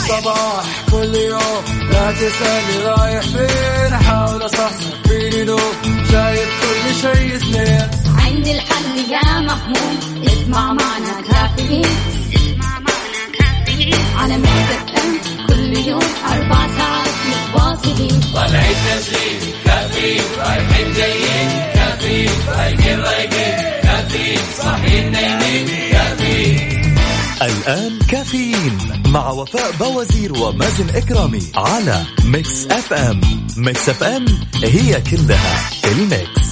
الصباح كل يوم لا تسألني رايح فين أحاول أصحصح فيني لو شايف كل شيء سنين عندي الحل يا محمود اسمع معنا كافيين على مكتب كل يوم 4 ساعات متواصلين طلعت تسليم كافيين رايحين جايين كافيين رايقين كافيين صاحيين نايمين كافيين. الآن كافيين مع وفاء بوازير ومازن إكرامي على ميكس اف ام. ميكس اف ام هي كلها الميكس.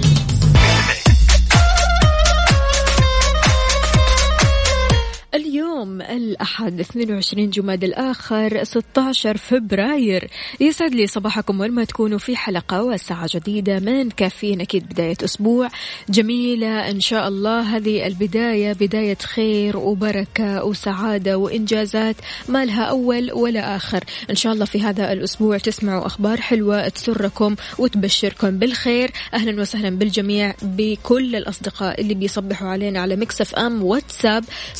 اليوم الأحد 22 جماد الآخر 16 فبراير. يسعد لي صباحكم وين ما تكونوا في حلقة وساعة جديدة من كافيين. أكيد بداية أسبوع جميلة إن شاء الله. هذه البداية بداية خير وبركة وسعادة وإنجازات ما لها أول ولا آخر. إن شاء الله في هذا الأسبوع تسمعوا أخبار حلوة تسركم وتبشركم بالخير. أهلا وسهلا بالجميع بكل الأصدقاء اللي بيصبحوا علينا على ميكس اف ام واتساب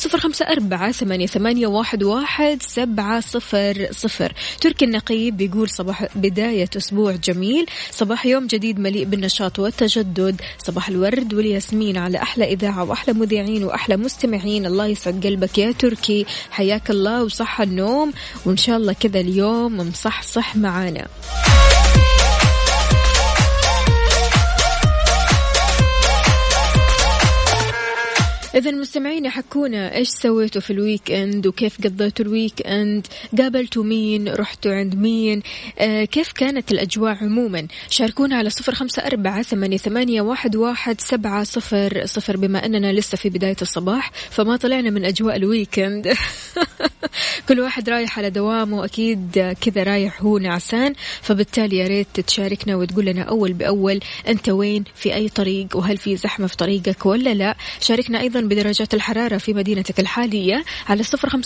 0548811700. تركي النقيب بيقول صباح بداية أسبوع جميل، صباح يوم جديد مليء بالنشاط والتجدد. صباح الورد والياسمين على أحلى إذاعة وأحلى مذيعين وأحلى مستمعين. الله يسعد قلبك يا تركي، حياك الله وصح النوم وإن شاء الله كذا اليوم مصحصح معانا. إذن مستمعين حكونا إيش سويتوا في الويك إند وكيف قضيتوا الويك إند، قابلتوا مين، رحتوا عند مين، كيف كانت الأجواء عموما. شاركونا على 0548811700. بما أننا لسه في بداية الصباح فما طلعنا من أجواء الويك إند كل واحد رايح على دوامه أكيد كذا رايح هو نعسان، فبالتالي يا ريت تشاركنا وتقول لنا أول بأول أنت وين في أي طريق وهل في زحمة في طريقك ولا لا. شاركنا أيضا بدرجات الحرارة في مدينتك الحالية على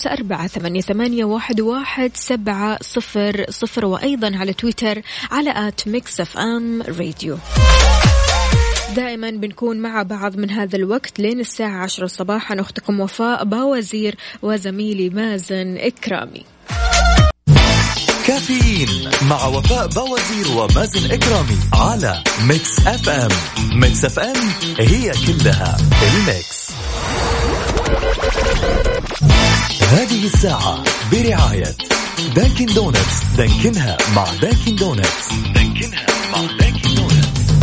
0548811700 وأيضا على تويتر على @mixfmradio. دائما بنكون مع بعض من هذا الوقت لين الساعة 10 صباحا. أختكم وفاء باوزير وزميلي مازن إكرامي. كافيين مع وفاء بوازير ومازن إكرامي على ميكس اف ام. ميكس اف ام هي كلها الميكس. هذه الساعة برعاية دانكن دونتس. دانكنها مع دانكن دونتس. دانكنها مع دانكن دونتس.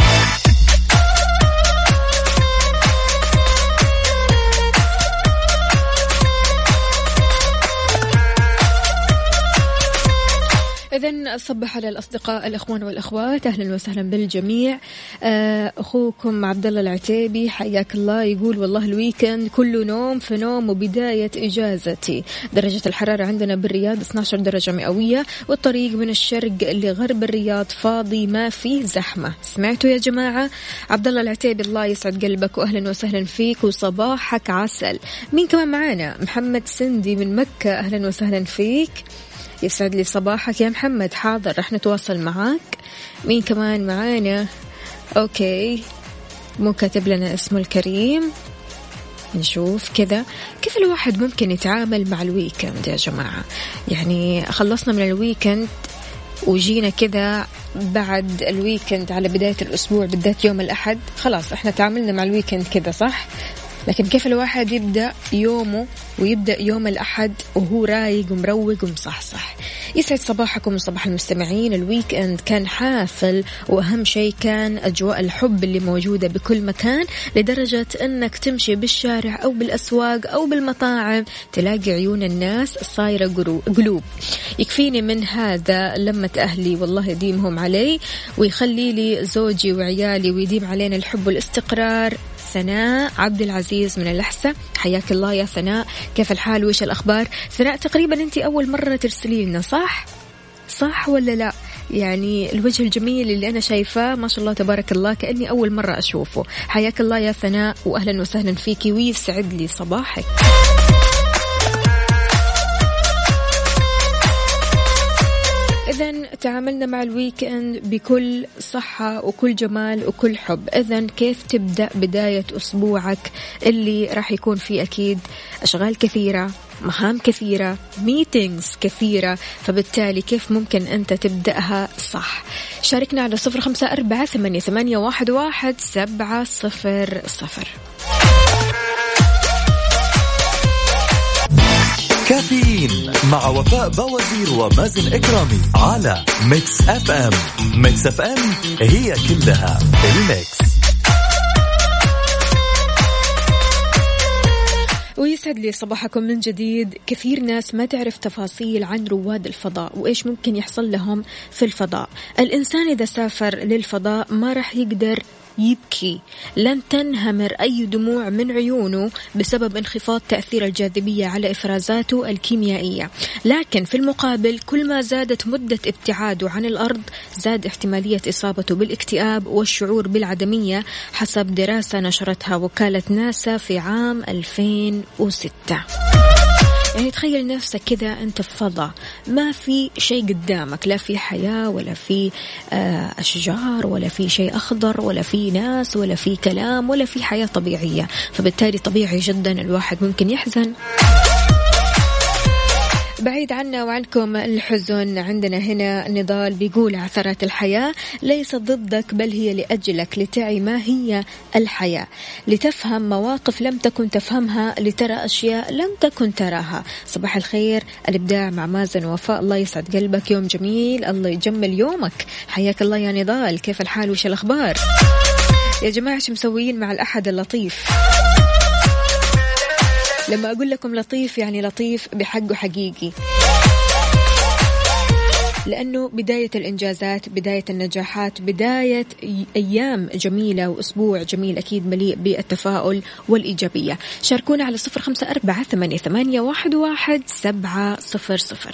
إذن أصبح على الأصدقاء الأخوان والأخوات، أهلا وسهلا بالجميع. أخوكم عبد الله العتيبي حياك الله، يقول والله الويكند كله نوم في نوم وبداية إجازتي. درجة الحرارة عندنا بالرياض 12 درجة مئوية والطريق من الشرق لغرب الرياض فاضي ما فيه زحمة. سمعتوا يا جماعة؟ عبد الله العتيبي الله يسعد قلبك وأهلا وسهلا فيك وصباحك عسل. مين كمان معانا؟ محمد سندي من مكة، أهلا وسهلا فيك، يسعد لي صباحك يا محمد. حاضر رح نتواصل معاك. مين كمان معانا؟ أوكي مو كاتب لنا اسمه الكريم. نشوف كذا كيف الواحد ممكن يتعامل مع الويكند يا جماعة. يعني خلصنا من الويكند وجينا كذا بعد الويكند على بداية الأسبوع بالذات يوم الأحد، خلاص احنا تعاملنا مع الويكند كذا صح، لكن كيف الواحد يبدأ يومه ويبدأ يوم الأحد وهو رايق ومروق ومصحصح. يسعد صباحكم وصباح المستمعين. الويك اند كان حافل وأهم شيء كان أجواء الحب اللي موجودة بكل مكان، لدرجة أنك تمشي بالشارع أو بالأسواق أو بالمطاعم تلاقي عيون الناس صايرة قلوب. يكفيني من هذا لمة أهلي والله يديمهم علي ويخلي لي زوجي وعيالي ويديم علينا الحب والاستقرار. سناء عبد العزيز من الأحساء، حياك الله يا سناء، كيف الحال وإيش الأخبار؟ سناء تقريبا أنت أول مرة ترسلي لنا صح ولا لا؟ يعني الوجه الجميل اللي أنا شايفاه ما شاء الله تبارك الله كأني أول مرة أشوفه. حياك الله يا سناء وأهلا وسهلا فيكي ويسعد لي صباحك. إذن تعاملنا مع الويكند بكل صحة وكل جمال وكل حب. إذن كيف تبدأ بداية أسبوعك اللي راح يكون فيه أكيد أشغال كثيرة، مهام كثيرة، ميتينغز كثيرة، فبالتالي كيف ممكن أنت تبدأها صح؟ شاركنا على 0548811700. كافيين مع وفاء بوازير ومازن إكرامي على ميكس اف ام. ميكس اف ام هي كلها الميكس. ويسعد لي صباحكم من جديد. كثير ناس ما تعرف تفاصيل عن رواد الفضاء وإيش ممكن يحصل لهم في الفضاء. الإنسان إذا سافر للفضاء ما رح يقدر يبكي، لن تنهمر أي دموع من عيونه بسبب انخفاض تأثير الجاذبية على إفرازاته الكيميائية، لكن في المقابل كل ما زادت مدة ابتعاده عن الأرض زاد احتمالية إصابته بالاكتئاب والشعور بالعدمية، حسب دراسة نشرتها وكالة ناسا في عام 2006. يعني تخيل نفسك كذا أنت في فضاء، ما في شيء قدامك، لا في حياة ولا في أشجار ولا في شيء أخضر ولا في ناس ولا في كلام ولا في حياة طبيعية، فبالتالي طبيعي جدا الواحد ممكن يحزن. بعيد عنا وعنكم الحزن، عندنا هنا نضال بيقول: عثرات الحياة ليست ضدك بل هي لأجلك، لتعي ما هي الحياة، لتفهم مواقف لم تكن تفهمها، لترى أشياء لم تكن تراها. صباح الخير، الإبداع مع مازن وفاء. الله يسعد قلبك، يوم جميل، الله يجمل يومك. حياك الله يا نضال، كيف الحال وش الأخبار يا جماعة؟ شو مسويين مع الأحد اللطيف؟ لما أقول لكم لطيف يعني لطيف بحقه حقيقي، لأنه بداية الإنجازات، بداية النجاحات، بداية أيام جميلة وأسبوع جميل أكيد مليء بالتفاؤل والإيجابية. شاركونا على 0548811700.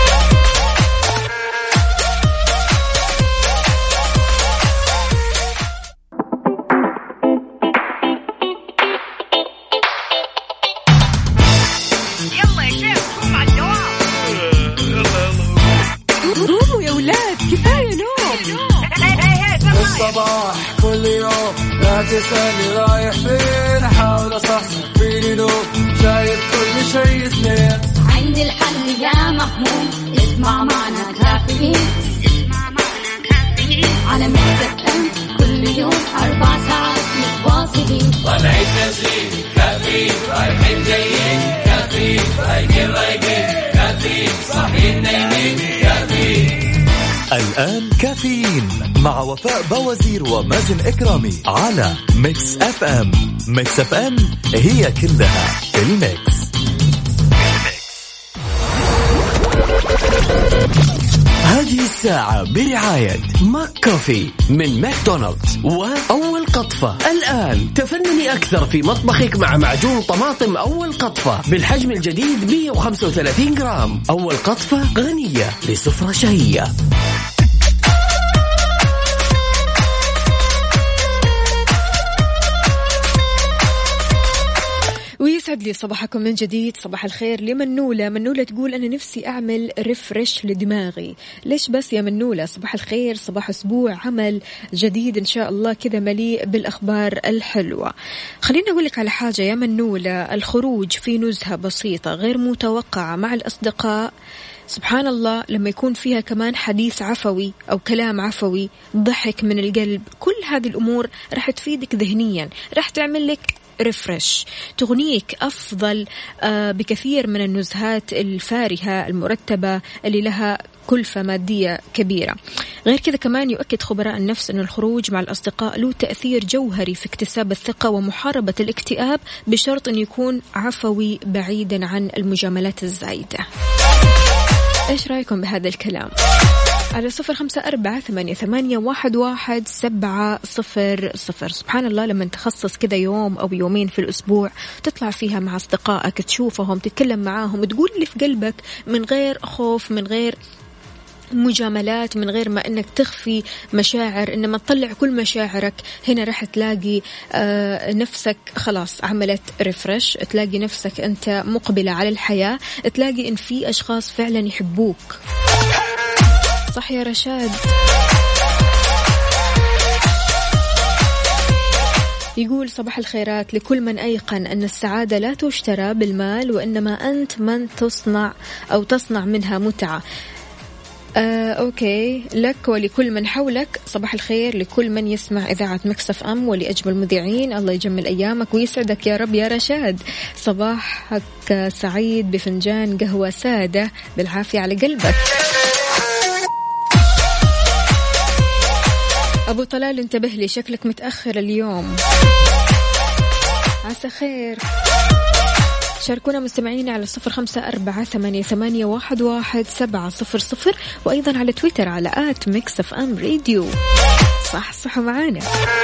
الصباح كل يوم لا تسألني رايح فين، أحاول أصحصح فيني لو شايف كل شيء سنين. عندي الحل يا محمود، اسمع معنا كافيين، على ميكس اف ام كل يوم 4 ساعات متواصلين. طلعت تسليم كافيين، رايحين جايين كافيين، رايقين رايقين كافيين، صاحيين نايمين كافيين. الآن كافيين مع وفاء بوازير ومازن إكرامي على ميكس اف ام. ميكس اف ام هي كلها الميكس. هذه الساعة برعاية ماك كوفي من ماكدونالدز وأول قطفة. الآن تفنني أكثر في مطبخك مع معجون طماطم أول قطفة بالحجم الجديد 135 جرام. أول قطفة غنية لسفرة شهية. ويسعد لي صباحكم من جديد. صباح الخير لمنولة. منولة تقول أنا نفسي أعمل ريفرش لدماغي. ليش بس يا منولة؟ صباح الخير، صباح أسبوع عمل جديد إن شاء الله كذا مليء بالأخبار الحلوة. خليني أقول لك على حاجة يا منولة، الخروج في نزهة بسيطة غير متوقعة مع الأصدقاء، سبحان الله لما يكون فيها كمان حديث عفوي أو كلام عفوي، ضحك من القلب، كل هذه الأمور راح تفيدك ذهنيا، راح تعمل لك ريفرش، تغنيك أفضل بكثير من النزهات الفارهة المرتبة اللي لها كلفة مادية كبيرة. غير كذا كمان يؤكد خبراء النفس أن الخروج مع الأصدقاء له تأثير جوهري في اكتساب الثقة ومحاربة الاكتئاب، بشرط أن يكون عفوي بعيدا عن المجاملات الزايدة. إيش رأيكم بهذا الكلام؟ على 0548811700. سبحان الله لما تخصص كذا يوم أو يومين في الأسبوع تطلع فيها مع أصدقائك، تشوفهم، تتكلم معاهم، تقول اللي في قلبك من غير خوف، من غير مجاملات، من غير ما انك تخفي مشاعر، انما تطلع كل مشاعرك. هنا راح تلاقي نفسك خلاص عملت ريفرش، تلاقي نفسك انت مقبلة على الحياة، تلاقي ان في اشخاص فعلا يحبوك. صح يا رشاد؟ يقول صباح الخيرات لكل من أيقن أن السعادة لا تشترى بالمال، وإنما أنت من تصنع أو تصنع منها متعة. أوكي، لك ولكل من حولك صباح الخير لكل من يسمع إذاعة ميكس اف ام ولأجمل مذيعين. الله يجمل أيامك ويسعدك يا رب يا رشاد. صباحك سعيد بفنجان قهوة سادة بالعافية على قلبك. أبو طلال انتبه لي، شكلك متأخر اليوم. عسى خير. شاركونا مستمعين على 0548811700 وأيضا على تويتر على @mixfmradio. صح معانا.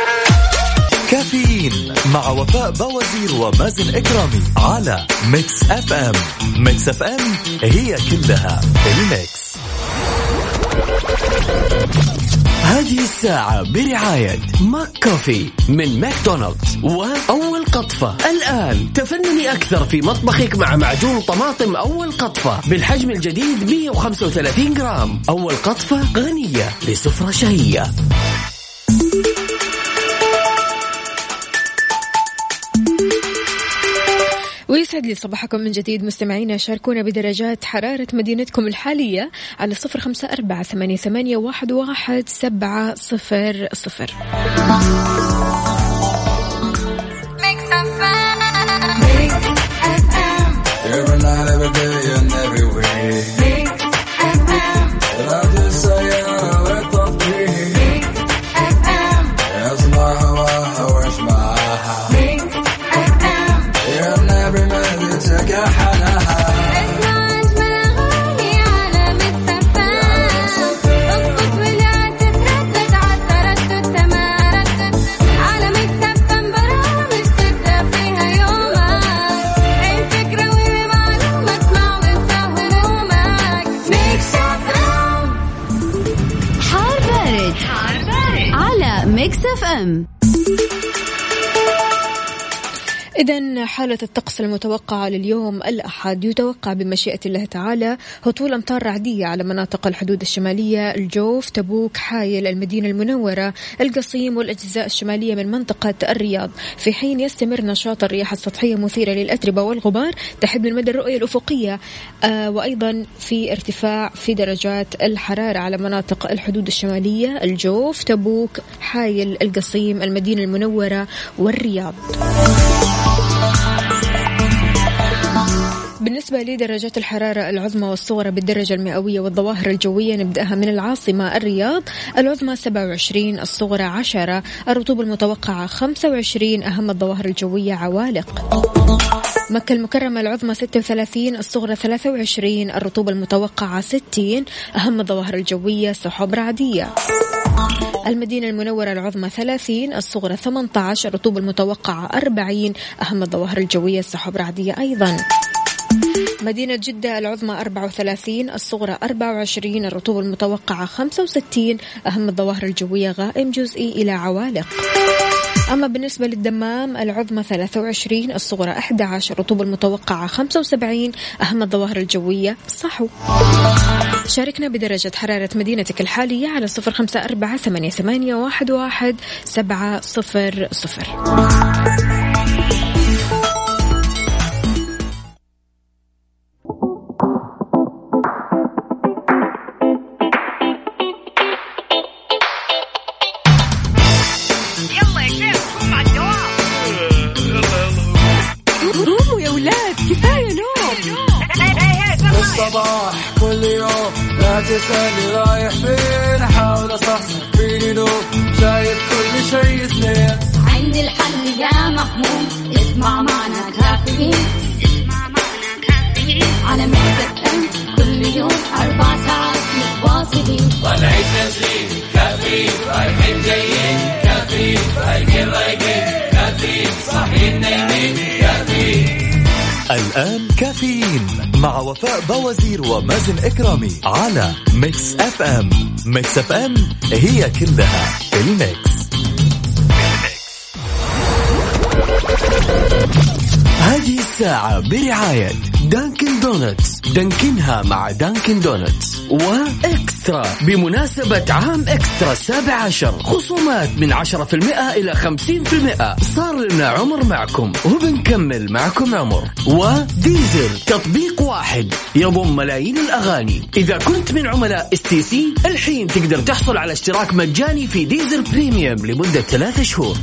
كافيين مع وفاء بوازير ومازن إكرامي على ميكس اف ام. ميكس اف ام هي كلها الميكس. هذه الساعة برعاية ماك كوفي من ماكدونالدز وأول قطفة. الآن تفنني أكثر في مطبخك مع معجون طماطم أول قطفة بالحجم الجديد 135 جرام. أول قطفة غنية لسفرة شهية. ويسعد لي صباحكم من جديد مستمعينا. شاركونا بدرجات حرارة مدينتكم الحالية على 0548811700. إذن حالة الطقس المتوقعة لليوم الأحد، يتوقع بمشيئة الله تعالى هطول أمطار رعدية على مناطق الحدود الشمالية، الجوف، تبوك، حايل، المدينة المنورة، القصيم والأجزاء الشمالية من منطقة الرياض، في حين يستمر نشاط الرياح السطحية مثيرة للأتربة والغبار تحد من مدى الرؤية الأفقية. وأيضا في ارتفاع في درجات الحرارة على مناطق الحدود الشمالية، الجوف، تبوك، حايل، القصيم، المدينة المنورة والرياض. بالنسبة لدرجات الحرارة العظمى والصغرى بالدرجة المئوية والظواهر الجوية، نبدأها من العاصمة الرياض، العظمى 27، الصغرى 10، الرطوبة المتوقعة 25، أهم الظواهر الجوية عوالق. مكة المكرمة العظمى 36، الصغرى 23، الرطوبة المتوقعة 60، أهم الظواهر الجوية سحب رعدية. المدينة المنورة العظمى 30، الصغرى 18، الرطوبة المتوقعة 40، أهم الظواهر الجوية سحب رعدية أيضا. مدينة جدة العظمى 34، الصغرى 24، الرطوبة المتوقعة 65، أهم الظواهر الجوية غائم جزئي إلى عوالق. أما بالنسبة للدمام العظمى 23، الصغرى 11، الرطوبة المتوقعة 75، أهم الظواهر الجوية صحو. شاركنا بدرجة حرارة مدينتك الحالية على 0548811700. الصباح كل يوم لا تسألني رايح فين، أحاول أصحصح فيني لو شايف كل شيء سنين. عندي الحل يا محمود، اسمع معنا كافيين، على ميكس اف ام كل يوم 4 ساعات متواصلين. طلعت تسليم كافيين، رايحين جايين كافيين، رايقين كافيين، صاحيين نايمين كافيين. الآن كافيين مع وفاء بوازير ومازن إكرامي على ميكس اف ام. ميكس اف ام هي كلها الميكس. هذه الساعة برعاية دانكن دونتس، دانكنها مع دانكن دونتس. وإكسترا بمناسبة عام إكسترا 17 خصومات من 10% إلى 50%. صار لنا عمر معكم وبنكمل معكم عمر. وديزل تطبيق واحد يضم ملايين الأغاني. إذا كنت من عملاء STC الحين تقدر تحصل على اشتراك مجاني في ديزل بريميوم لمدة 3 شهور.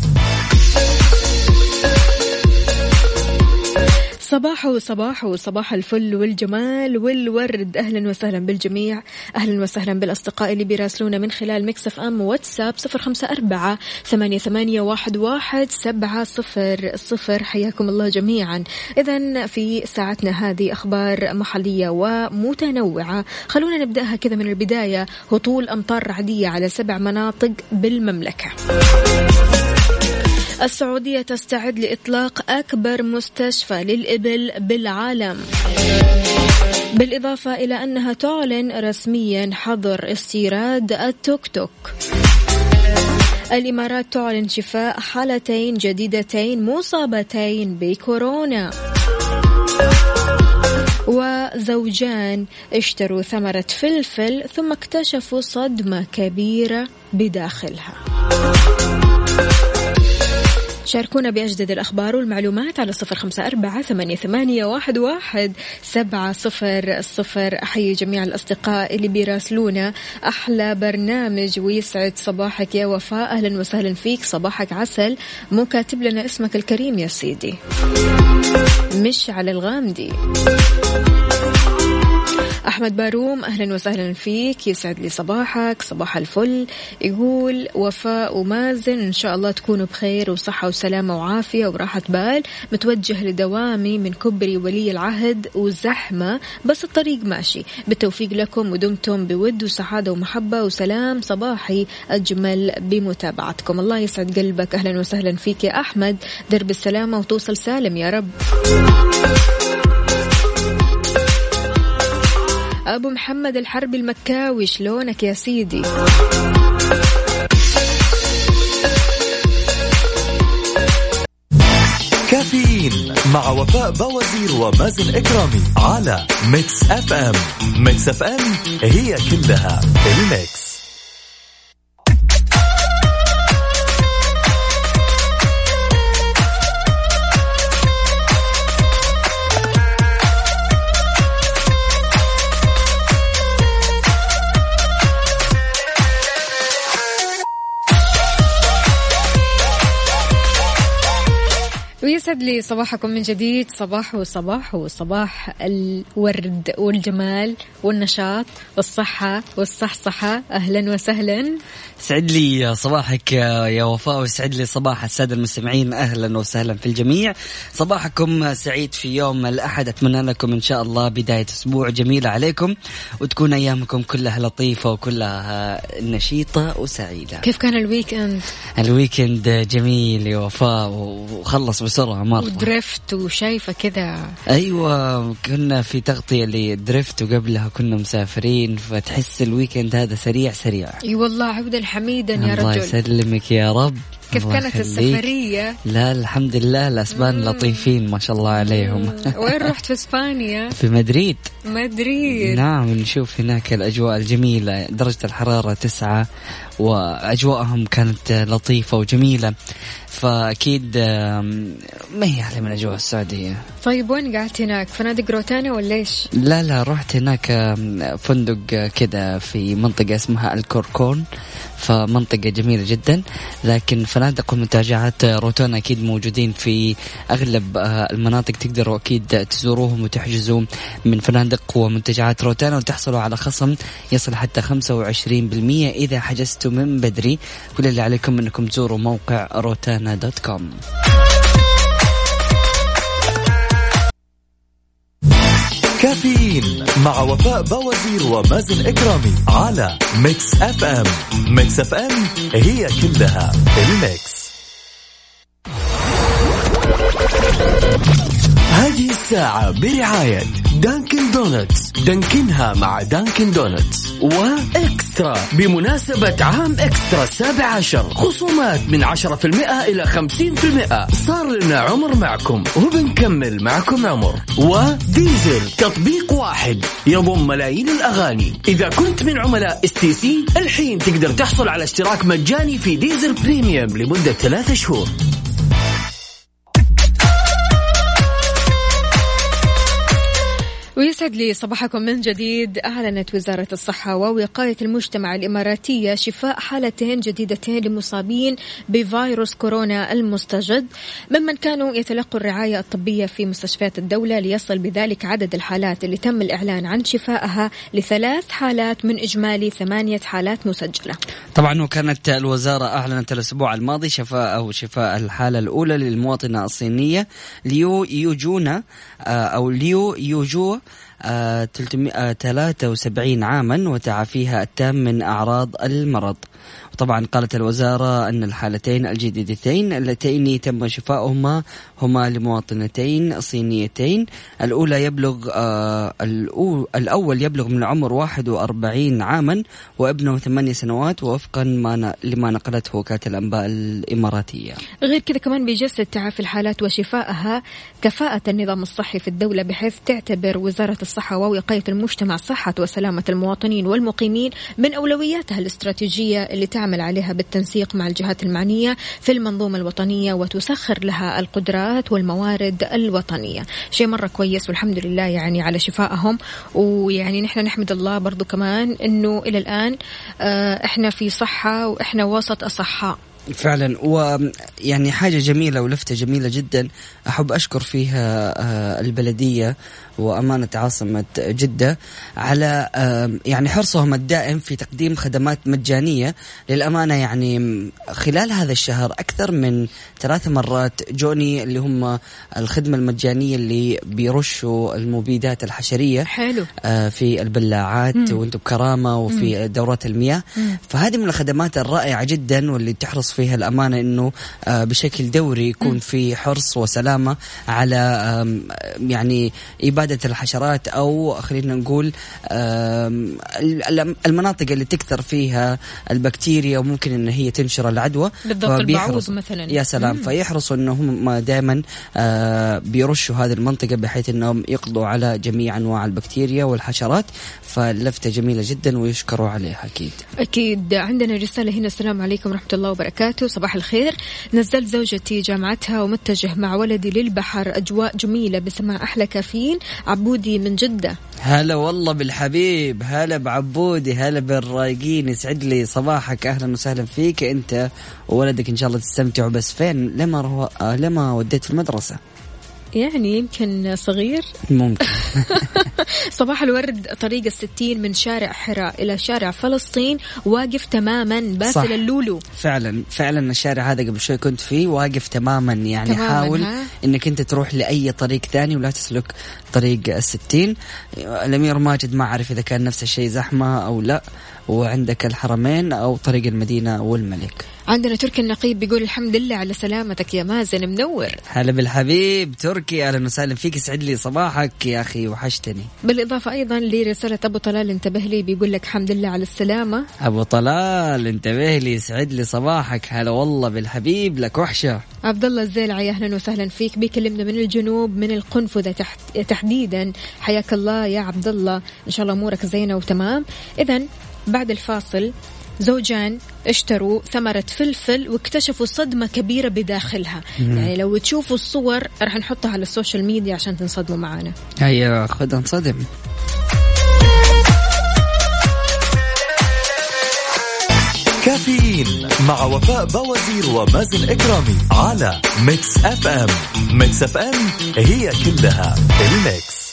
صباح الفل والجمال والورد. أهلا وسهلا بالجميع، أهلا وسهلا بالأصدقاء اللي بيراسلونا من خلال ميكس اف ام واتساب 0548811700. حياكم الله جميعا. إذن في ساعتنا هذه أخبار محلية ومتنوعة. خلونا نبدأها كذا من البداية. هطول أمطار رعدية على 7 مناطق بالمملكة. السعودية تستعد لإطلاق أكبر مستشفى للإبل بالعالم، بالإضافة إلى أنها تعلن رسميا حظر استيراد التوك توك. الإمارات تعلن شفاء حالتين جديدتين مصابتين بكورونا. وزوجان اشتروا ثمرة فلفل ثم اكتشفوا صدمة كبيرة بداخلها. شاركونا بأجدد الأخبار والمعلومات على 0548811700. أحيي جميع الأصدقاء اللي بيراسلونا. أحلى برنامج ويسعد صباحك يا وفاء، أهلا وسهلا فيك، صباحك عسل. مو كاتب لنا اسمك الكريم يا سيدي، مش على الغامدي. أحمد باروم أهلا وسهلا فيك، يسعد لي صباحك، صباح الفل. يقول وفاء ومازن إن شاء الله تكونوا بخير وصحة وسلامة وعافية وراحة بال. متوجه لدوامي من كبري ولي العهد وزحمة بس الطريق ماشي. بالتوفيق لكم ودمتم بود وسعادة ومحبة وسلام. صباحي أجمل بمتابعتكم. الله يسعد قلبك، أهلا وسهلا فيك يا أحمد. درب السلامة وتوصل سالم يا رب. أبو محمد الحربي المكاوي شلونك يا سيدي؟ كافيين مع وفاء بوازير ومازن إكرامي على ميكس اف ام. ميكس اف ام هي كلها الميكس. ويسعد لي صباحكم من جديد. صباح الورد والجمال والنشاط والصحة والصحصحة. أهلا وسهلا. سعد لي صباحك يا وفاء وسعد لي صباح السادة المستمعين. أهلا وسهلا في الجميع. صباحكم سعيد في يوم الأحد. أتمنى لكم إن شاء الله بداية أسبوع جميلة عليكم وتكون أيامكم كلها لطيفة وكلها نشيطة وسعيدة. كيف كان الويكند؟ الويكند جميل يا وفاء وخلص بسرعة مرة. ودريفت وشايفة كذا. أيوة كنا في تغطية لدريفت وقبلها كنا مسافرين، فتحس الويكند هذا سريع. اي والله عودا حميدا يا رجل. الله يسلمك يا رب. كيف كانت السفرية؟ لا الحمد لله الأسبان لطيفين ما شاء الله عليهم. وين رحت في إسبانيا؟ في مدريد. نعم نشوف هناك الأجواء الجميلة. درجة الحرارة 9 وأجواءهم كانت لطيفة وجميلة، فأكيد ما هي أحلى من أجواء السعودية. طيب وين قعدت هناك؟ فنادق روتانا ولا إيش؟ لا رحت هناك فندق كده في منطقة اسمها الكوركون، فمنطقة جميلة جدا. لكن فنادق ومنتجعات روتانا أكيد موجودين في أغلب المناطق، تقدروا أكيد تزوروهم وتحجزوا من فنادق ومنتجعات روتانا وتحصلوا على خصم يصل حتى 25% إذا حجزتوا من بدري. كل اللي عليكم أنكم تزوروا موقع rotana.com. كافيين مع وفاء بوازير ومازن إكرامي على ميكس اف ام. ميكس اف ام هي كلها الميكس. هذه الساعة برعاية دانكن دونتس، دانكنها مع دانكن دونتس. وإكسترا بمناسبة عام إكسترا 17 خصومات من 10% إلى 50%. صار لنا عمر معكم وبنكمل معكم عمر. وديزل تطبيق واحد يضم ملايين الأغاني. إذا كنت من عملاء STC الحين تقدر تحصل على اشتراك مجاني في ديزل بريميوم لمدة 3 شهور. ويسعد لي صباحكم من جديد. أعلنت وزارة الصحة ووقاية المجتمع الإماراتية شفاء حالتين جديدتين لمصابين بفيروس كورونا المستجد ممن كانوا يتلقوا الرعاية الطبية في مستشفيات الدولة، ليصل بذلك عدد الحالات اللي تم الإعلان عن شفائها ل3 حالات من إجمالي 8 حالات مسجلة. طبعا وكانت الوزارة أعلنت الأسبوع الماضي شفاء الحالة الأولى للمواطنة الصينية ليو يوجونا أو ليو يوجو 73 عاما وتعافيها التام من أعراض المرض. وطبعا قالت الوزارة أن الحالتين الجديدتين اللتين تم شفاؤهما هما لمواطنتين صينيتين. الأول يبلغ من العمر 41 عاما وابنه 8 سنوات وفقا لما نقلته وكالة الأنباء الإماراتية. غير كذا كمان بيجسد تعافي الحالات وشفائها كفاءة النظام الصحي في الدولة، بحيث تعتبر وزارة الصحة ووقاية المجتمع صحة وسلامة المواطنين والمقيمين من أولوياتها الاستراتيجية اللي تعمل عليها بالتنسيق مع الجهات المعنية في المنظومة الوطنية وتسخر لها القدرات والموارد الوطنية. شيء مرة كويس والحمد لله يعني على شفائهم. ويعني نحن نحمد الله برضو كمان إنه إلى الآن إحنا في صحة وإحنا وسط أصحاء فعلا. ويعني حاجة جميلة ولفتة جميلة جدا أحب أشكر فيها البلدية وأمانة عاصمة جدة على يعني حرصهم الدائم في تقديم خدمات مجانية للأمانة. يعني خلال هذا الشهر أكثر من 3 مرات جوني اللي هم الخدمة المجانية اللي بيرشوا المبيدات الحشرية حلو في البلاعات وانتم بكرامة وفي دورات المياه. فهذه من الخدمات الرائعة جدا واللي تحرص فيها الأمانة إنه بشكل دوري يكون في حرص وسلامة على يعني إبادة الحشرات أو خلينا نقول المناطق اللي تكثر فيها البكتيريا وممكن إن هي تنشر العدوى. بالضبط البعوض مثلا. يا سلام. فيحرصوا إنهم دائما بيرشوا هذه المنطقة بحيث إنهم يقضوا على جميع أنواع البكتيريا والحشرات. فلفتة جميلة جدا ويشكروا عليها أكيد. أكيد. عندنا رسالة هنا: السلام عليكم ورحمة الله وبركاته. صباح الخير. نزلت زوجتي جامعتها ومتجه مع ولدي للبحر، أجواء جميلة بسماع أحلى كافيين. عبودي من جدة. هلا والله بالحبيب، هلا بعبودي، هلا بالرايقين. يسعد لي صباحك، أهلا وسهلا فيك أنت وولدك. إن شاء الله تستمتعوا. بس فين لما وديت في المدرسة؟ يعني يمكن صغير ممكن. صباح الورد. طريق 60 من شارع حراء إلى شارع فلسطين واقف تماما، باسل اللولو. فعلا الشارع هذا قبل شوي كنت فيه واقف تماما. يعني حاول إنك أنت تروح لأي طريق ثاني ولا تسلك طريق 60. الأمير ماجد ما أعرف إذا كان نفس الشيء زحمة أو لا. وعندك الحرمين أو طريق المدينة والملك. عندنا تركي النقيب بيقول: الحمد لله على سلامتك يا مازن، منور. هلا بالحبيب تركي، أهلا وسهلا فيك. يسعد لي صباحك يا أخي، وحشتني. بالإضافة أيضا لرسالة أبو طلال انتبه لي، بيقول لك: الحمد لله على السلامة. أبو طلال انتبه لي، يسعد لي صباحك. هلا والله بالحبيب، لك وحشة. عبد الله الزيلعي أهلا وسهلا فيك، بيكلمنا من الجنوب من القنفذة تحديدا. حياك الله يا عبد الله، إن شاء الله أمورك زينة وتمام. إذن بعد الفاصل زوجان اشتروا ثمرة فلفل واكتشفوا صدمة كبيرة بداخلها. يعني لو تشوفوا الصور رح نحطها على السوشيال ميديا عشان تنصدموا معنا. هيا خد انصدم. كافيين مع وفاء بوازير ومازن إكرامي على ميكس اف ام. ميكس اف ام هي كلها الميكس.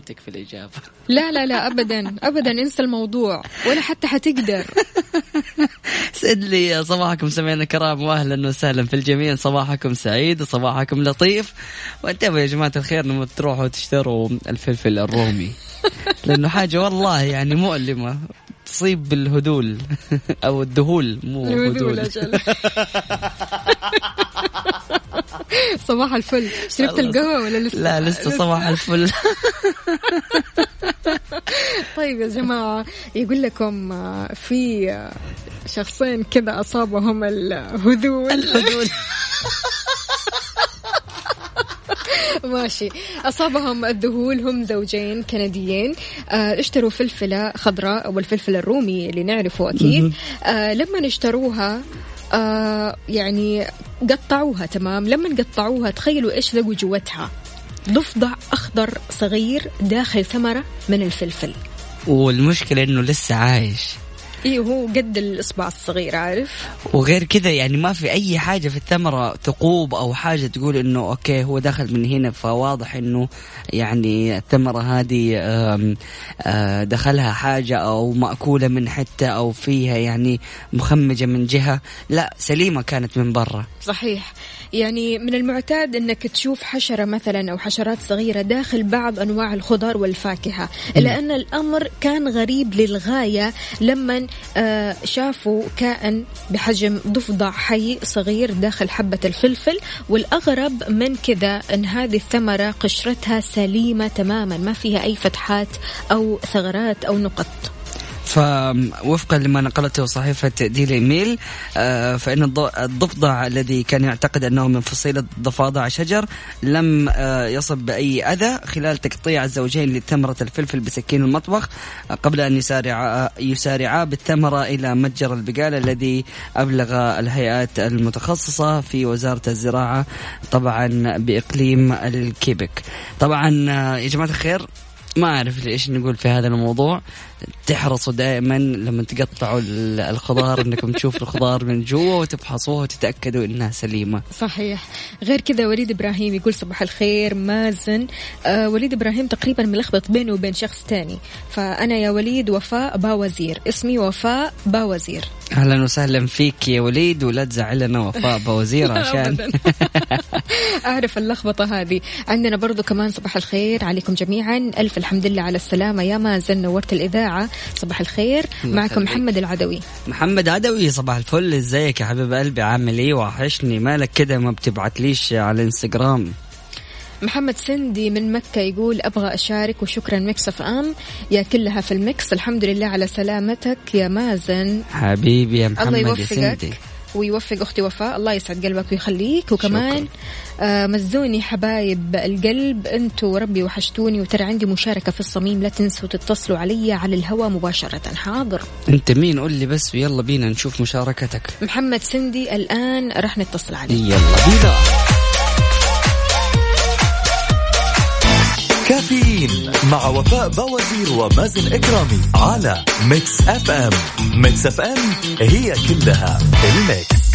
ظلمتك في الإجابة. لا لا لا أبدا أبدا، انسى الموضوع ولا حتى حتقدر. سعد لي صباحكم سمعنا الكرام، واهلا وسهلا في الجميع. صباحكم سعيد وصباحكم لطيف. وانتبهوا يا جماعة الخير لما تروحوا تشتروا الفلفل الرومي لأنه حاجة والله يعني مؤلمة تصيب بالهدول أو الدهول، مو هدول. صباح الفل، شربت القهوة ولا لسه؟ لا لسه صباح الفل. طيب يا جماعة، يقول لكم في شخصين كذا أصابهم الهذول. ماشي، أصابهم الذهول. هم زوجين كنديين اشتروا فلفلة خضراء أو الفلفل الرومي اللي نعرفه أكيد. لما اشتروها يعني قطعوها. تمام، لما قطعوها تخيلوا إيش لقوا جوتها؟ ضفدع أخضر صغير داخل ثمرة من الفلفل. والمشكلة إنه لسه عايش. إيه، هو قد الإصبع الصغير، عارف. وغير كذا يعني ما في أي حاجة في الثمرة ثقوب أو حاجة تقول إنه أوكي هو دخل من هنا، فواضح إنه يعني الثمرة هذه دخلها حاجة أو مأكولة من حتة أو فيها يعني مخمجة من جهة. لا، سليمة كانت من برا. صحيح، يعني من المعتاد أنك تشوف حشرة مثلا أو حشرات صغيرة داخل بعض أنواع الخضار والفاكهة، إلا أن الأمر كان غريب للغاية لما شافوا كائن بحجم ضفدع حي صغير داخل حبة الفلفل. والأغرب من كذا أن هذه الثمرة قشرتها سليمة تماما، ما فيها أي فتحات أو ثغرات أو نقط. فوفقا لما نقلته صحيفة ديلي ميل فإن الضفدع الذي كان يعتقد أنه من فصيلة ضفادع شجر لم يصب بأي أذى خلال تقطيع الزوجين لثمرة الفلفل بسكين المطبخ قبل أن يسارعا بالثمرة إلى متجر البقالة الذي أبلغ الهيئات المتخصصة في وزارة الزراعة طبعا بإقليم الكيبك. طبعا يا جماعة الخير، ما أعرف إيش نقول في هذا الموضوع. تحرصوا دائما لما تقطعوا الخضار أنكم تشوفوا الخضار من جوا وتفحصوها وتتأكدوا أنها سليمة. صحيح. غير كذا وليد إبراهيم يقول صباح الخير مازن. وليد إبراهيم تقريبا ملخبط بينه وبين شخص تاني. فأنا يا وليد وفاء باوزير، اسمي وفاء باوزير. أهلا وسهلا فيك يا وليد، ولا تزعلنا وفاء باوزير عشان أعرف اللخبطة هذه. عندنا برضو كمان صباح الخير عليكم جميعا، ألف الحمد لله على السلامة يا مازن، نورت الإذاعة. صباح الخير. معكم محمد العدوي. محمد عدوي، صباح الفل، ازيك يا حبيب قلبي، عامل ايه؟ وحشني، مالك كده ما بتبعتليش على الانستغرام؟ محمد سندي من مكة يقول أبغى أشارك وشكرا ميكس اف ام يا كلها في الميكس. الحمد لله على سلامتك يا مازن حبيبي يا محمد. الله يوفقك سندي ويوفق أختي وفاء، الله يسعد قلبك ويخليك. وكمان مزوني حبايب القلب أنتوا، ربي وحشتوني، وترى عندي مشاركة في الصميم، لا تنسوا تتصلوا علي على الهواء مباشرة. حاضر. أنت مين؟ قول لي بس ويلا بينا نشوف مشاركتك. محمد سندي، الآن رح نتصل عليه. يلا بينا. كافيين مع وفاء بوازير ومازن إكرامي على ميكس اف ام. ميكس اف ام هي كلها الميكس.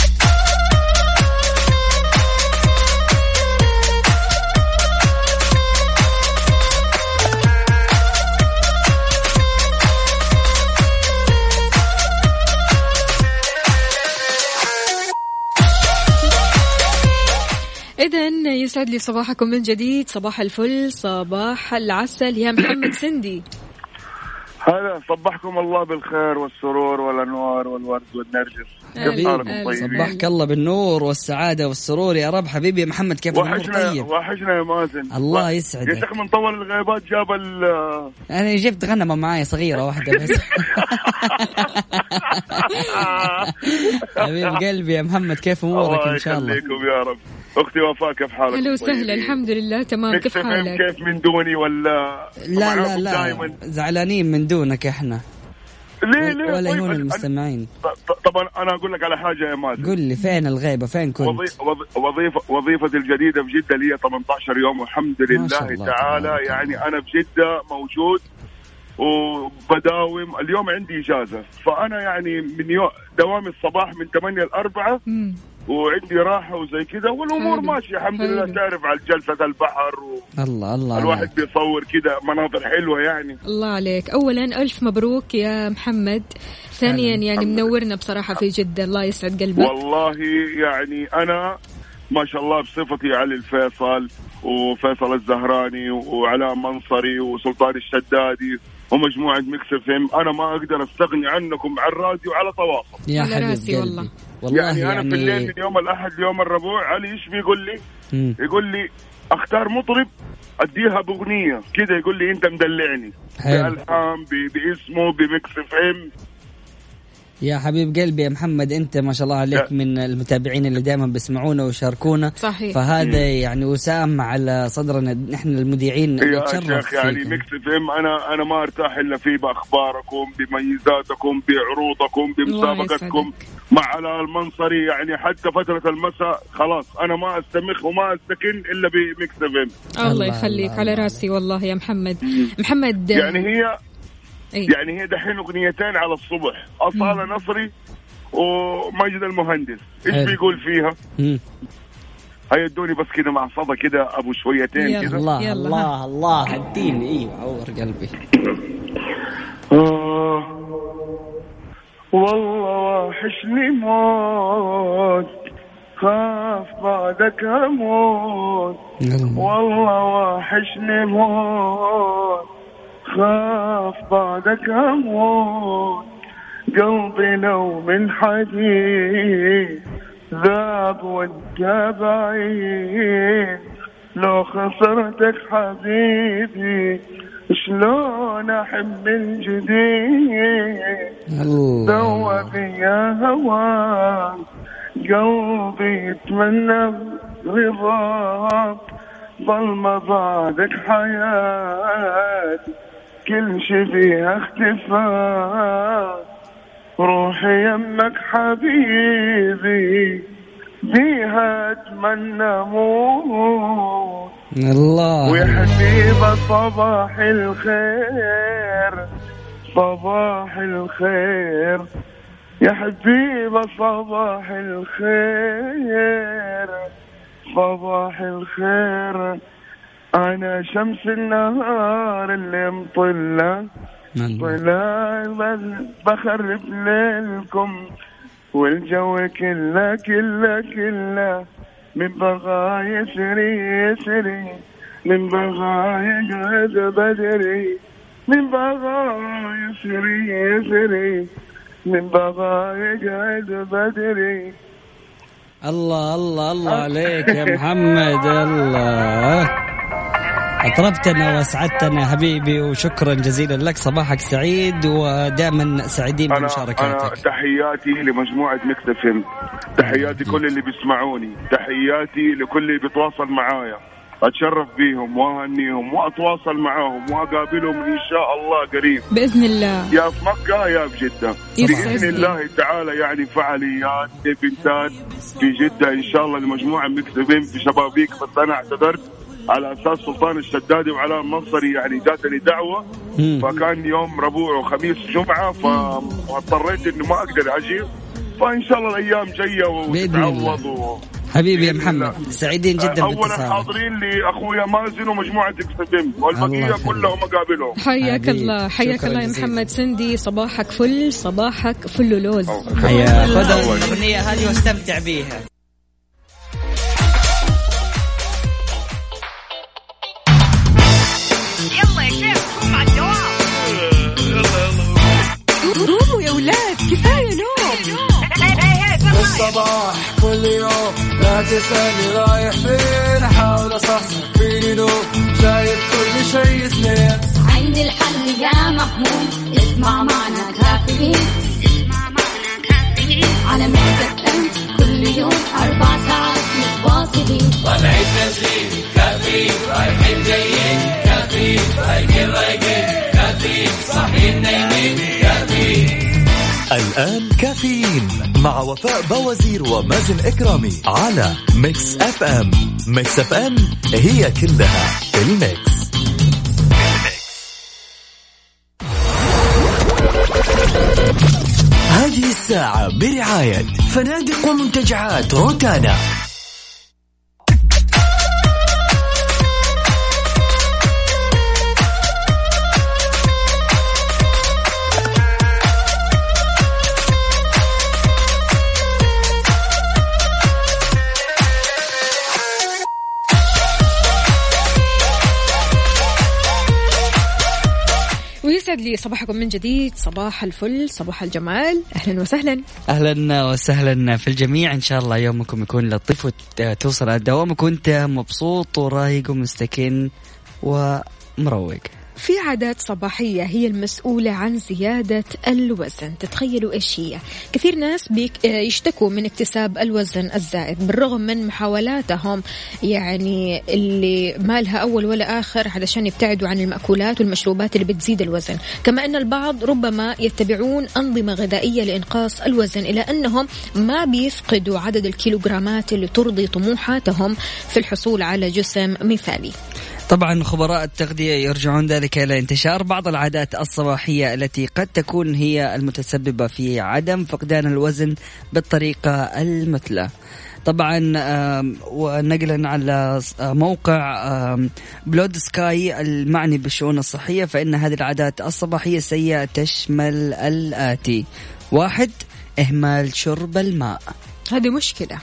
إذن يسعد لي صباحكم من جديد، صباح الفل، صباح العسل يا محمد سندي. هلا، صبحكم الله بالخير والسرور والأنوار والورد والنرجس. صبحك الله بالنور والسعادة والسرور يا رب. حبيبي يا محمد، كيف الأمور؟ طيب، وحشنا يا مازن. الله يسعدك يا شيخ، من طول الغيبات جاب أنا جبت غنمة معايا صغيرة واحدة بس. حبيب قلبي يا محمد، كيف أمورك؟ إن شاء الله. الله يخليكم يا رب. أختي وفاء كيف حالك؟ أهلا وسهلا، الحمد لله تمام. كيف حالك؟ كيف من دوني ولا؟ لا زعلانين من دونك إحنا. ليه ولا يهون المستمعين. طبعا أنا أقول لك على حاجة يا مازن. قل لي فين الغيبة، فين كنت؟ وظيفتي الجديدة في جدة لي 18 يوم والحمد لله تعالى. يعني أنا في جدة موجود وبداوم. اليوم عندي إجازة، فأنا يعني من دوامي الصباح من 8 ل 4 وعندي راحة وزي كذا والأمور ماشية الحمد لله. تعرف على جلسة البحر الله الواحد بيصور كذا مناظر حلوة يعني. الله عليك. أولا ألف مبروك يا محمد، ثانيا يعني منورنا بصراحة في جدة، الله يسعد قلبك. والله يعني أنا ما شاء الله بصفتي علي الفيصل وفيصل الزهراني وعلاء منصري وسلطان الشدادي ومجموعة ميكس اف ام، أنا ما أقدر أستغني عنكم على الراديو على تواصل يا على راسي والله. يعني أنا في الليل من يوم الأحد ليوم الربوع علي إيش بيقول لي؟ يقول لي أختار مطرب أديها بأغنية كده، يقول لي أنت مدلعني بألحان باسمه بميكس اف ام. يا حبيب قلبي يا محمد، انت ما شاء الله عليك من المتابعين اللي دائما بيسمعونا ويشاركونا. صحيح. فهذا يعني وسام على صدرنا نحن المذيعين نتشرف فيك. يعني ميكس اف ام انا ما ارتاح الا فيه باخباركم بميزاتكم بعروضكم بمسابقتكم مع علاء المنصري. يعني حتى فترة المساء خلاص انا ما استمخ وما استكن الا بميكس اف ام. الله يخليك على راسي والله يا محمد. محمد يعني هي دحين أغنيتين على الصبح، أصالة نصري وماجد المهندس. إيش بيقول فيها؟ هيدوني بس كده مع صدى كده أبو شويتين كده. الله الله الله هديني. إيه عور قلبي. والله وحشني موت، خاف بعدك أموت. والله وحشني موت، خاف بعدك أموت. قلبي لو من حديد ذاب وانت بعيد، لو خسرتك حبيبي شلون أحب من جديد. ذوبني يا هوا قلبي يتمنى رضاك، ضل ما بعدك حياتي كل شي فيها اختفاء. روحي يمك حبيبي فيها اتمنى موت. الله. ويا حبيبة صباح الخير صباح الخير، يا حبيبة صباح الخير صباح الخير. أنا شمس النهار اللي مطلع بخرب ليلكم، والجو كله كله كله من بغى يسري يسري، من بغى يقعد بدري، من بغى يسري يسري، من بغى يقعد بدري. الله الله الله عليك يا محمد. الله أطربتنا وأسعدتنا حبيبي، وشكرا جزيلا لك. صباحك سعيد ودائما سعيدين بمشاركاتك. أنا تحياتي لمجموعة ميكس اف ام، تحياتي كل اللي بيسمعوني، تحياتي لكل اللي بيتواصل معايا. أتشرف بيهم وأهنيهم وأتواصل معاهم وأقابلهم إن شاء الله قريب بإذن الله، يا في مكة يا في جدة بإذن الله تعالى. يعني فعاليات إيفنتات في جدة إن شاء الله لمجموعة ميكس اف ام في شبابيك. بس أنا اعتذرت على أساس سلطان الشدادي وعلاء المنصري يعني جاتني دعوة، فكان يوم ربوع وخميس جمعة، فاضطريت إنه ما أقدر أجي. فإن شاء الله الأيام جاية وتتعوض. حبيبي يا محمد سعيدين جدا أولا حاضرين لأخويا مازن ومجموعة اكسدم والبقية كلهم أقابلهم. حياك الله حياك الله يا محمد سندي. صباحك فل، صباحك فل لوز. حيا خذ الأغنية هذه واستمتع بيها. يلا يا شيخ قوم على الدوام. قوموا يا ولاد كفاية نوم. الصباح كل يوم لا تسألني رايح فين، أحاول أصحصح فيني نوم، شايف كل شيء سنين. عندي الحل يا محمود، اسمع معنا كافيين، اسمع معنا كافيين على مكتب كل يوم 4 ساعات متواصلين. طالعين نازلين كافيين، رايحين جايين كافيين، رايقين رايقين كافيين، صاحيين نايمين كافيين. الآن كافيين مع وفاء بوازير ومازن إكرامي على ميكس اف ام. ميكس اف ام هي كلها في الميكس. هذه الساعة برعاية فنادق ومنتجعات روتانا. ويسعد لي صباحكم من جديد، صباح الفل، صباح الجمال، أهلا وسهلا. أهلا وسهلا في الجميع. إن شاء الله يومكم يكون لطيف وتوصل على دوامك وأنت مبسوط ورايق ومستكن ومروق. في عادات صباحية هي المسؤولة عن زيادة الوزن. تتخيلوا إيش هي؟ كثير ناس يشتكوا من اكتساب الوزن الزائد بالرغم من محاولاتهم يعني اللي ما لها أول ولا آخر علشان يبتعدوا عن المأكولات والمشروبات اللي بتزيد الوزن. كما أن البعض ربما يتبعون أنظمة غذائية لإنقاص الوزن إلى أنهم ما بيفقدوا عدد الكيلوغرامات اللي ترضي طموحاتهم في الحصول على جسم مثالي. طبعا خبراء التغذية يرجعون ذلك إلى انتشار بعض العادات الصباحية التي قد تكون هي المتسببة في عدم فقدان الوزن بالطريقة المثلى. طبعا ونقلا على موقع بلود سكاي المعني بالشؤون الصحية، فإن هذه العادات الصباحية السيئة تشمل الآتي: 1. إهمال شرب الماء. هذه مشكلة.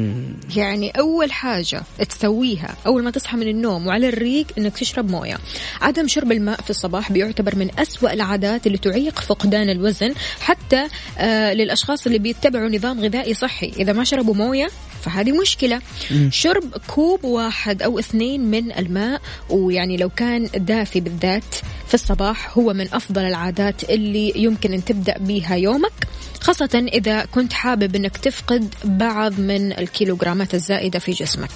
يعني أول حاجة تسويها أول ما تصحى من النوم وعلى الريق إنك تشرب موية. عدم شرب الماء في الصباح بيعتبر من أسوأ العادات اللي تعيق فقدان الوزن حتى للأشخاص اللي بيتبعوا نظام غذائي صحي. إذا ما شربوا موية فهذه مشكلة. شرب كوب 1 أو 2 من الماء، ويعني لو كان دافي بالذات في الصباح، هو من أفضل العادات اللي يمكن أن تبدأ بها يومك، خاصة إذا كنت حابب أنك تفقد بعض من الكيلوغرامات الزائدة في جسمك.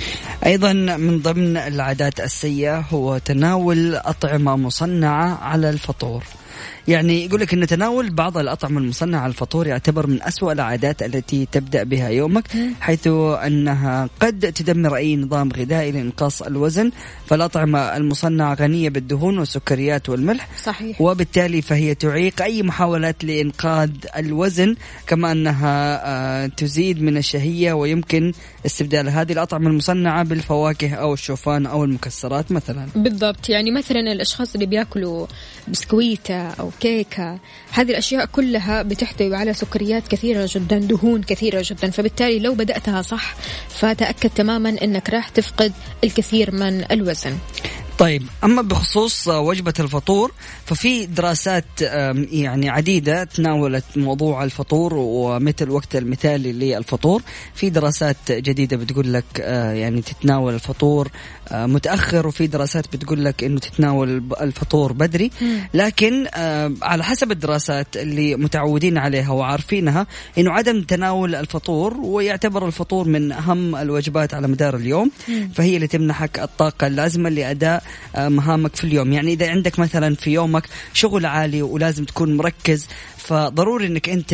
أيضا من ضمن العادات السيئة هو تناول أطعمة مصنعة على الفطور. يعني يقولك أن تناول بعض الأطعمة المصنعة على الفطور يعتبر من أسوأ العادات التي تبدأ بها يومك، حيث أنها قد تدمر أي نظام غذائي لإنقاص الوزن. فالأطعمة المصنعة غنية بالدهون والسكريات والملح، صحيح. وبالتالي فهي تعيق أي محاولات لإنقاذ الوزن، كما أنها تزيد من الشهية، ويمكن استبدال هذه الأطعمة المصنعة بالفواكه أو الشوفان أو المكسرات مثلا. بالضبط. يعني مثلا الأشخاص اللي بيأكلوا بسكويتة أو كيكة، هذه الأشياء كلها بتحتوي على سكريات كثيرة جدا، دهون كثيرة جدا، فبالتالي لو بدأتها صح فتأكد تماما أنك راح تفقد الكثير من الوزن. طيب، أما بخصوص وجبة الفطور ففي دراسات يعني عديدة تناولت موضوع الفطور ومتى الوقت المثالي للفطور. في دراسات جديدة بتقول لك يعني تتناول الفطور متأخر، وفي دراسات بتقول لك إنه تتناول الفطور بدري. لكن على حسب الدراسات اللي متعودين عليها وعارفينها إنه عدم تناول الفطور ويعتبر الفطور من أهم الوجبات على مدار اليوم، فهي اللي تمنحك الطاقة اللازمة لأداء مهامك في اليوم. يعني إذا عندك مثلا في يومك شغل عالي ولازم تكون مركز، فضروري انك انت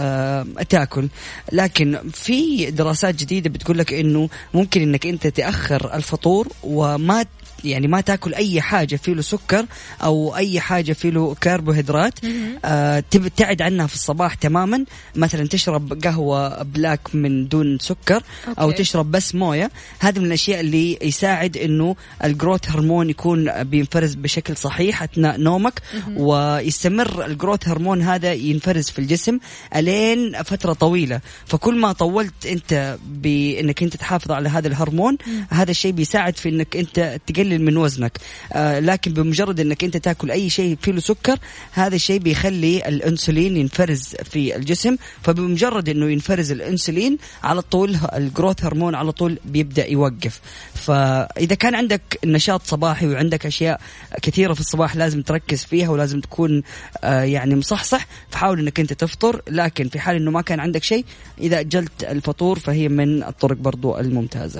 تاكل. لكن في دراسات جديدة بتقول لك انه ممكن انك انت تأخر الفطور وما يعني ما تاكل اي حاجه فيه له سكر او اي حاجه فيه له كربوهيدرات، تبتعد عنها في الصباح تماما. مثلا تشرب قهوه بلاك من دون سكر، او تشرب بس مويه. هذا من الاشياء اللي يساعد انه الجروث هرمون يكون بينفرز بشكل صحيح اثناء نومك، ويستمر الجروث هرمون هذا ينفرز في الجسم الين فتره طويله. فكل ما طولت انت بانك انت تحافظ على هذا الهرمون، هذا الشيء بيساعد في انك انت تقلل من وزنك. لكن بمجرد انك انت تاكل اي شيء فيه له سكر، هذا الشيء بيخلي الانسولين ينفرز في الجسم، فبمجرد انه ينفرز الانسولين على طول الجروث هرمون على طول بيبدا يوقف. فاذا كان عندك نشاط صباحي وعندك اشياء كثيره في الصباح لازم تركز فيها ولازم تكون يعني مصحصح، فحاول انك انت تفطر. لكن في حال انه ما كان عندك شيء، اذا اجلت الفطور فهي من الطرق برضو الممتازه.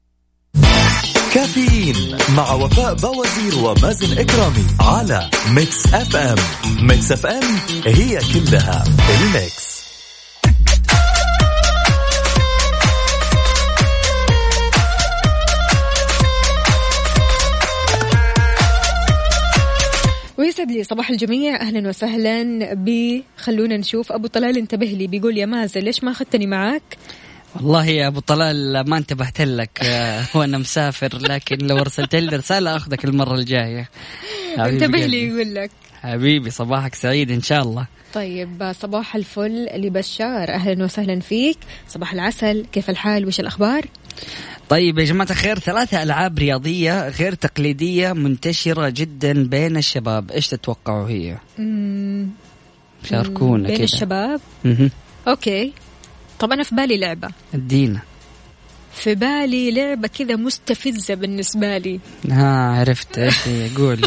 كافيين مع وفاء بوازير ومازن إكرامي على ميكس اف ام. ميكس اف ام هي كلها الميكس. ويسعد لي صباح الجميع. أهلا وسهلا خلونا نشوف. أبو طلال انتبه لي، بيقول يا مازن ليش ما أخذتني معاك؟ والله يا أبو طلال ما انتبهت لك وأنا مسافر، لكن لو أرسلت لي رسالة أخذك المرة الجاية. انتبه لي يقول لك. حبيبي صباحك سعيد إن شاء الله. طيب صباح الفل لبشار، أهلا وسهلا فيك. صباح العسل، كيف الحال وش الأخبار؟ طيب يا جماعة الخير، 3 ألعاب رياضية غير تقليدية منتشرة جدا بين الشباب، إيش تتوقعوا هي؟ شاركونا بين كده. الشباب. أوكي، طب أنا في بالي لعبة. ادينا. في بالي لعبة كذا مستفزة بالنسبة لي. عرفت ايش قولي.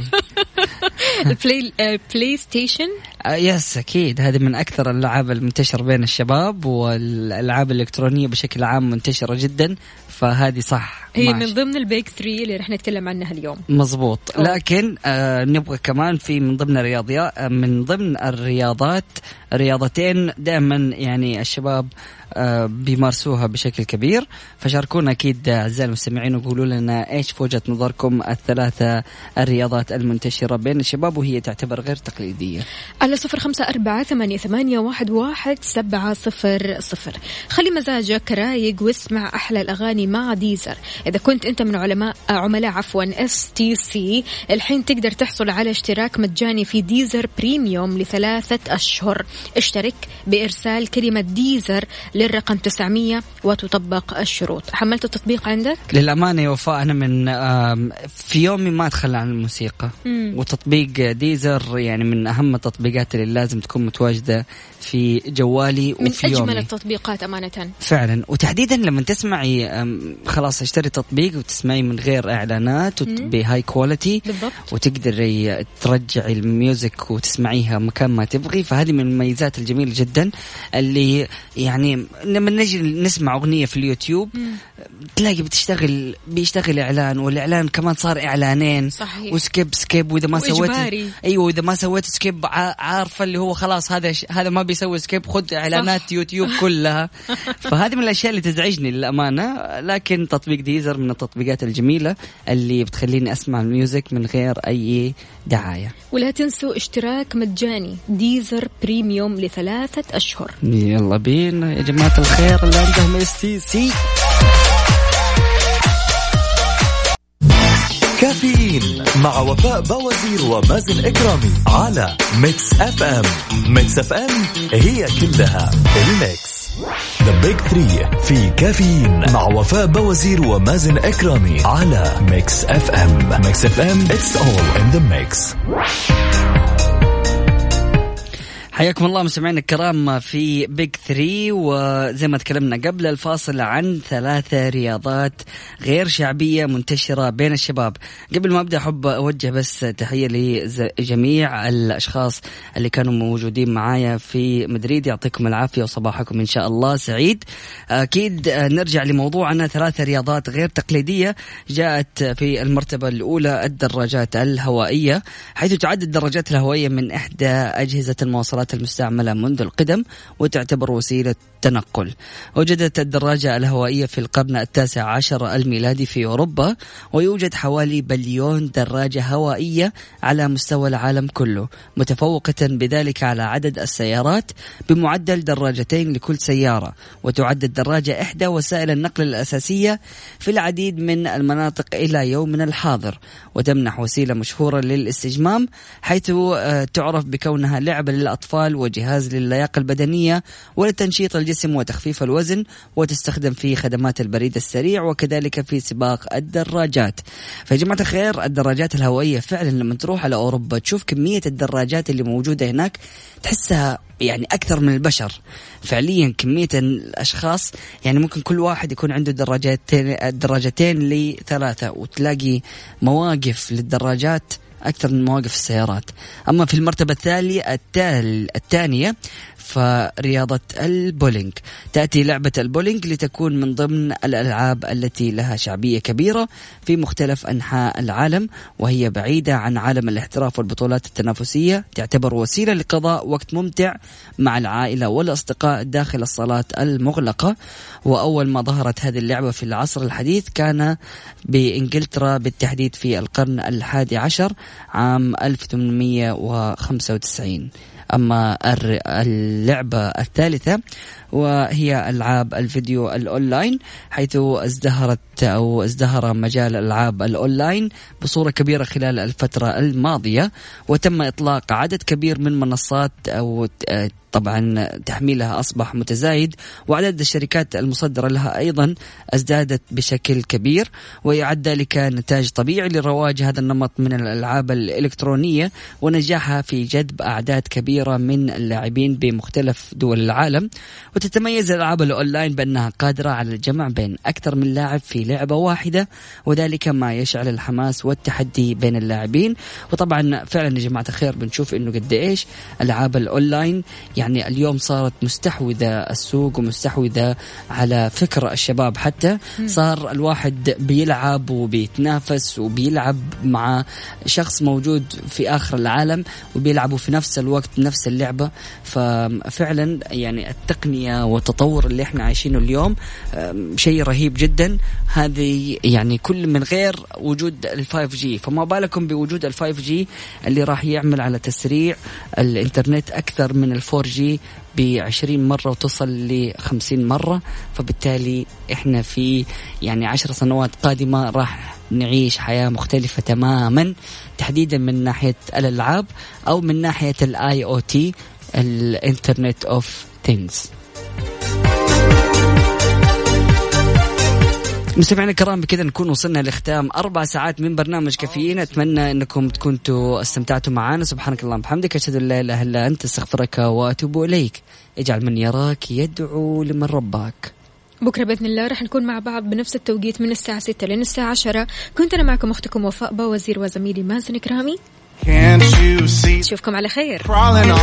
بلاي ستيشن. يس أكيد، هذه من أكثر الألعاب المنتشرة بين الشباب، والألعاب الإلكترونية بشكل عام منتشرة جدا، فهذه صح. هي من ضمن البيك 3 اللي رح نتكلم عنها اليوم. مزبوط. لكن نبغى كمان في من ضمن الرياضات رياضتين دائما يعني الشباب بيمارسوها بشكل كبير، فشاركونا أكيد أعزائي المستمعين وقولوا لنا إيش في وجهة نظركم ال3 الرياضات المنتشرة بين الشباب وهي تعتبر غير تقليدية. على 0548811700. خلي مزاجك رايق واسمع أحلى الأغاني مع ديزر. إذا كنت أنت من عملاء STC الحين تقدر تحصل على اشتراك مجاني في ديزر بريميوم ل3 أشهر. اشترك بإرسال كلمة ديزر للرقم 900 وتطبق الشروط. حملت التطبيق عندك؟ للأمانة يا وفاء أنا من في يومي ما أتخلى عن الموسيقى، وتطبيق ديزر يعني من أهم التطبيقات اللي لازم تكون متواجدة في جوالي وفي يومي. من أجمل التطبيقات أمانة فعلا، وتحديدا لما تسمعي خلاص اشتري تطبيق وتسمعي من غير إعلانات بهاي كواليتي، وتقدري ترجعي الميوزك وتسمعيها مكان ما تبغي. فهذه من المميزات الجميلة جدا اللي يعني لما نجي نسمع أغنية في اليوتيوب تلاقي بيشتغل إعلان، والإعلان كمان صار إعلانين. صحيح. وسكيب وإذا ما سويت إذا ما سويت سكيب عارفة اللي هو خلاص هذا ما بيسوي سكيب، خد إعلانات يوتيوب كلها. فهذه من الأشياء اللي تزعجني للأمانة، لكن تطبيق ديزر من التطبيقات الجميلة اللي بتخليني أسمع الميوزك من غير أي دعاية. ولا تنسوا اشتراك مجاني ديزر بريميوم ل3 أشهر. يلا بينا يا جماعة الخير اللي عندهم STC. كافيين مع وفاء بوازير ومازن إكرامي على ميكس FM. ميكس FM هي كلها الميكس. The Big 3 في كافيين مع وفاء بوازير ومازن إكرامي على ميكس FM. ميكس FM it's all in the mix. حياكم الله مستمعينا الكرام في بيج 3. وزي ما تكلمنا قبل الفاصل عن 3 رياضات غير شعبية منتشرة بين الشباب. قبل ما أبدأ أحب أوجه بس تحية لجميع الأشخاص اللي كانوا موجودين معايا في مدريد، يعطيكم العافية وصباحكم إن شاء الله سعيد. أكيد نرجع لموضوعنا، 3 رياضات غير تقليدية جاءت في المرتبة الأولى الدراجات الهوائية، حيث تعد الدراجات الهوائية من إحدى أجهزة المواصلات المستعملة منذ القدم وتعتبر وسيلة تنقل. وجدت الدراجة الهوائية في القرن 19 الميلادي في أوروبا، ويوجد حوالي 1 بليون دراجة هوائية على مستوى العالم كله، متفوقة بذلك على عدد السيارات بمعدل دراجتين لكل سيارة. وتعد الدراجة إحدى وسائل النقل الأساسية في العديد من المناطق إلى يومنا الحاضر، وتمنح وسيلة مشهورة للاستجمام، حيث تعرف بكونها لعبة للأطفال وجهاز للياقة البدنية ولتنشيط الجسم وتخفيف الوزن، وتستخدم في خدمات البريد السريع وكذلك في سباق الدراجات. فيا جماعة الخير، الدراجات الهوائية فعلا لما تروح على أوروبا تشوف كمية الدراجات اللي موجودة هناك تحسها يعني أكثر من البشر فعليا. كمية الأشخاص يعني ممكن كل واحد يكون عنده دراجتين ل3، وتلاقي مواقف للدراجات أكثر من مواقف السيارات. أما في المرتبة الثانية فرياضة البولينج. تأتي لعبة البولينج لتكون من ضمن الألعاب التي لها شعبية كبيرة في مختلف أنحاء العالم، وهي بعيدة عن عالم الاحتراف والبطولات التنافسية. تعتبر وسيلة لقضاء وقت ممتع مع العائلة والأصدقاء داخل الصالات المغلقة. وأول ما ظهرت هذه اللعبة في العصر الحديث كان بإنجلترا، بالتحديد في القرن 11، عام 1895. أما اللعبة الثالثة وهي ألعاب الفيديو الأونلاين، حيث ازدهر مجال ألعاب الأونلاين بصورة كبيرة خلال الفترة الماضية، وتم إطلاق عدد كبير من منصات أو طبعا تحميلها أصبح متزايد، وعدد الشركات المصدرة لها أيضا ازدادت بشكل كبير، ويعد ذلك نتاج طبيعي لرواج هذا النمط من الألعاب الإلكترونية ونجاحها في جذب أعداد كبيرة من اللاعبين بمختلف دول العالم. وتتميز الألعاب الأونلاين بأنها قادرة على الجمع بين أكثر من لاعب في لعبة واحدة، وذلك ما يشعل الحماس والتحدي بين اللاعبين. وطبعا فعلا يا جماعة الخير بنشوف إنه قد إيش ألعاب الأونلاين يعني اليوم صارت مستحوذة السوق ومستحوذة على فكر الشباب، حتى صار الواحد بيلعب وبيتنافس وبيلعب مع شخص موجود في آخر العالم وبيلعبوا في نفس الوقت نفس اللعبة. ففعلا يعني التقنية والتطور اللي احنا عايشينه اليوم شيء رهيب جدا. هذه يعني كل من غير وجود ال5G، فما بالكم بوجود ال5G اللي راح يعمل على تسريع الانترنت أكثر من ال4G ب20 مرة وتصل ل50 مرة. فبالتالي احنا في يعني 10 سنوات قادمة راح نعيش حياة مختلفة تماما، تحديدا من ناحية الألعاب أو من ناحية IoT الانترنت اوف ثينجز. مستمعينا الكرام، بكذا نكون وصلنا لختام 4 ساعات من برنامج كافيين. أتمنى أنكم كنتوا استمتعتوا معنا. سبحانك اللهم وبحمدك، أشهد أن لا إله إلا أنت، استغفرك وأتوب إليك. اجعل من يراك يدعو لمن رباك. بكرة بإذن الله رح نكون مع بعض بنفس التوقيت من الساعة 6 لين الساعة 10. كنت أنا معكم أختكم وفاء باوزير وزميلي مازن إكرامي. أشوفكم على خير.